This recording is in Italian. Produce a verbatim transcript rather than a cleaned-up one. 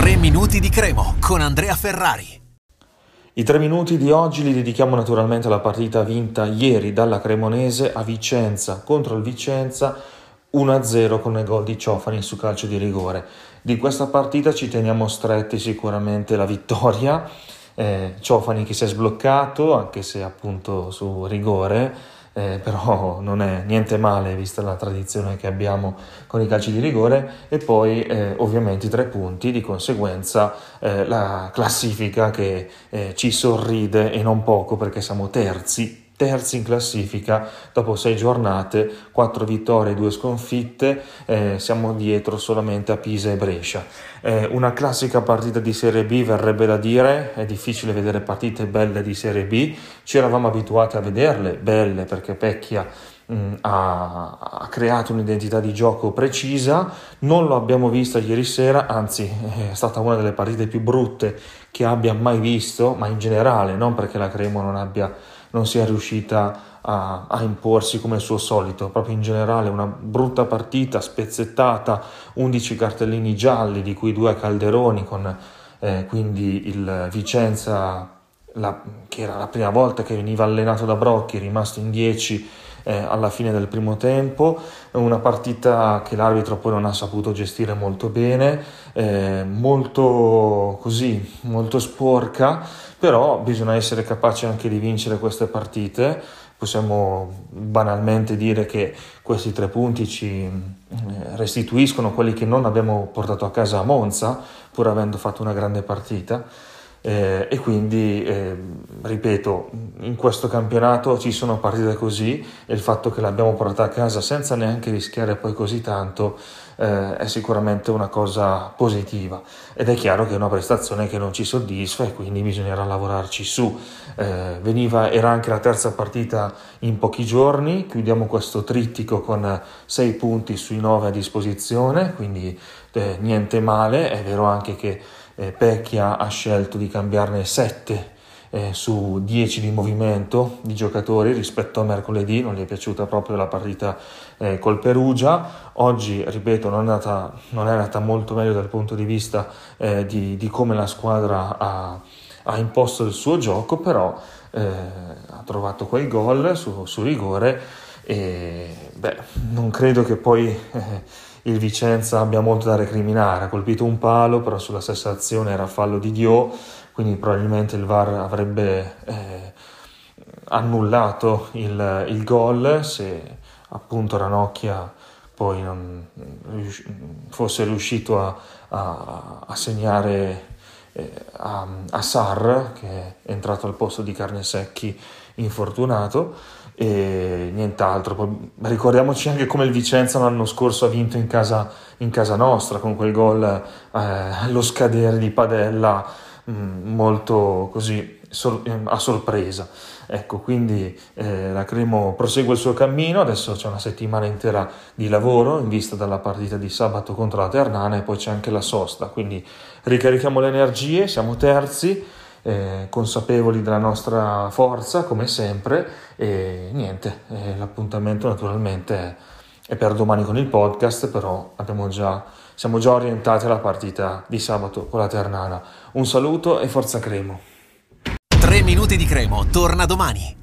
tre minuti di Cremo con Andrea Ferrari. I tre minuti di oggi li dedichiamo naturalmente alla partita vinta ieri dalla Cremonese a Vicenza contro il Vicenza uno a zero con il gol di Ciofani su calcio di rigore. Di questa partita ci teniamo stretti sicuramente la vittoria, eh, Ciofani che si è sbloccato anche se appunto su rigore, eh, però non è niente male vista la tradizione che abbiamo con i calci di rigore, e poi eh, ovviamente i tre punti, di conseguenza eh, la classifica che eh, ci sorride e non poco, perché siamo terzi terzi in classifica dopo sei giornate, quattro vittorie e due sconfitte, eh, siamo dietro solamente a Pisa e Brescia. Eh, una classica partita di Serie B, verrebbe da dire, è difficile vedere partite belle di Serie B, ci eravamo abituati a vederle belle perché Pecchia mh, ha, ha creato un'identità di gioco precisa, non lo abbiamo vista ieri sera, anzi è stata una delle partite più brutte che abbia mai visto, ma in generale, non perché la Cremo non abbia non sia riuscita a, a imporsi come il suo solito, proprio in generale una brutta partita, spezzettata, undici cartellini gialli, di cui due a Calderoni, con eh, quindi il Vicenza, la, che era la prima volta che veniva allenato da Brocchi, rimasto in dieci eh, alla fine del primo tempo, una partita che l'arbitro poi non ha saputo gestire molto bene, eh, molto così, molto sporca, però bisogna essere capaci anche di vincere queste partite. Possiamo banalmente dire che questi tre punti ci restituiscono quelli che non abbiamo portato a casa a Monza, pur avendo fatto una grande partita. Eh, e quindi eh, ripeto, in questo campionato ci sono partite così, e il fatto che l'abbiamo portata a casa senza neanche rischiare poi così tanto eh, è sicuramente una cosa positiva, ed è chiaro che è una prestazione che non ci soddisfa e quindi bisognerà lavorarci su. Eh, veniva, era anche la terza partita in pochi giorni, chiudiamo questo trittico con sei punti sui nove a disposizione, quindi eh, niente male. È vero anche che Eh, Pecchia ha scelto di cambiarne sette eh, su dieci di movimento di giocatori rispetto a mercoledì, non gli è piaciuta proprio la partita eh, col Perugia. Oggi, ripeto, non è andata, non è andata molto meglio dal punto di vista eh, di, di come la squadra ha, ha imposto il suo gioco, però eh, ha trovato quel gol su, su rigore, e beh, non credo che poi eh, il Vicenza abbia molto da recriminare. Ha colpito un palo, però sulla stessa azione era fallo di Dio, quindi probabilmente il V A R avrebbe eh, annullato il, il gol se appunto Ranocchia poi non fosse riuscito a, a, a segnare eh, a, a Sarr, che è entrato al posto di Carnesecchi infortunato. E nient'altro. Poi ricordiamoci anche come il Vicenza l'anno scorso ha vinto in casa, in casa nostra, con quel gol eh, allo scadere di Padella, mh, molto così sor- a sorpresa. Ecco, quindi eh, la Cremo prosegue il suo cammino. Adesso c'è una settimana intera di lavoro in vista della partita di sabato contro la Ternana, e poi c'è anche la sosta, quindi ricarichiamo le energie. Siamo terzi, Eh, consapevoli della nostra forza come sempre, e niente, eh, l'appuntamento naturalmente è, è per domani con il podcast, però abbiamo già, siamo già orientati alla partita di sabato con la Ternana. Un saluto e forza Cremo. tre minuti di Cremo torna domani.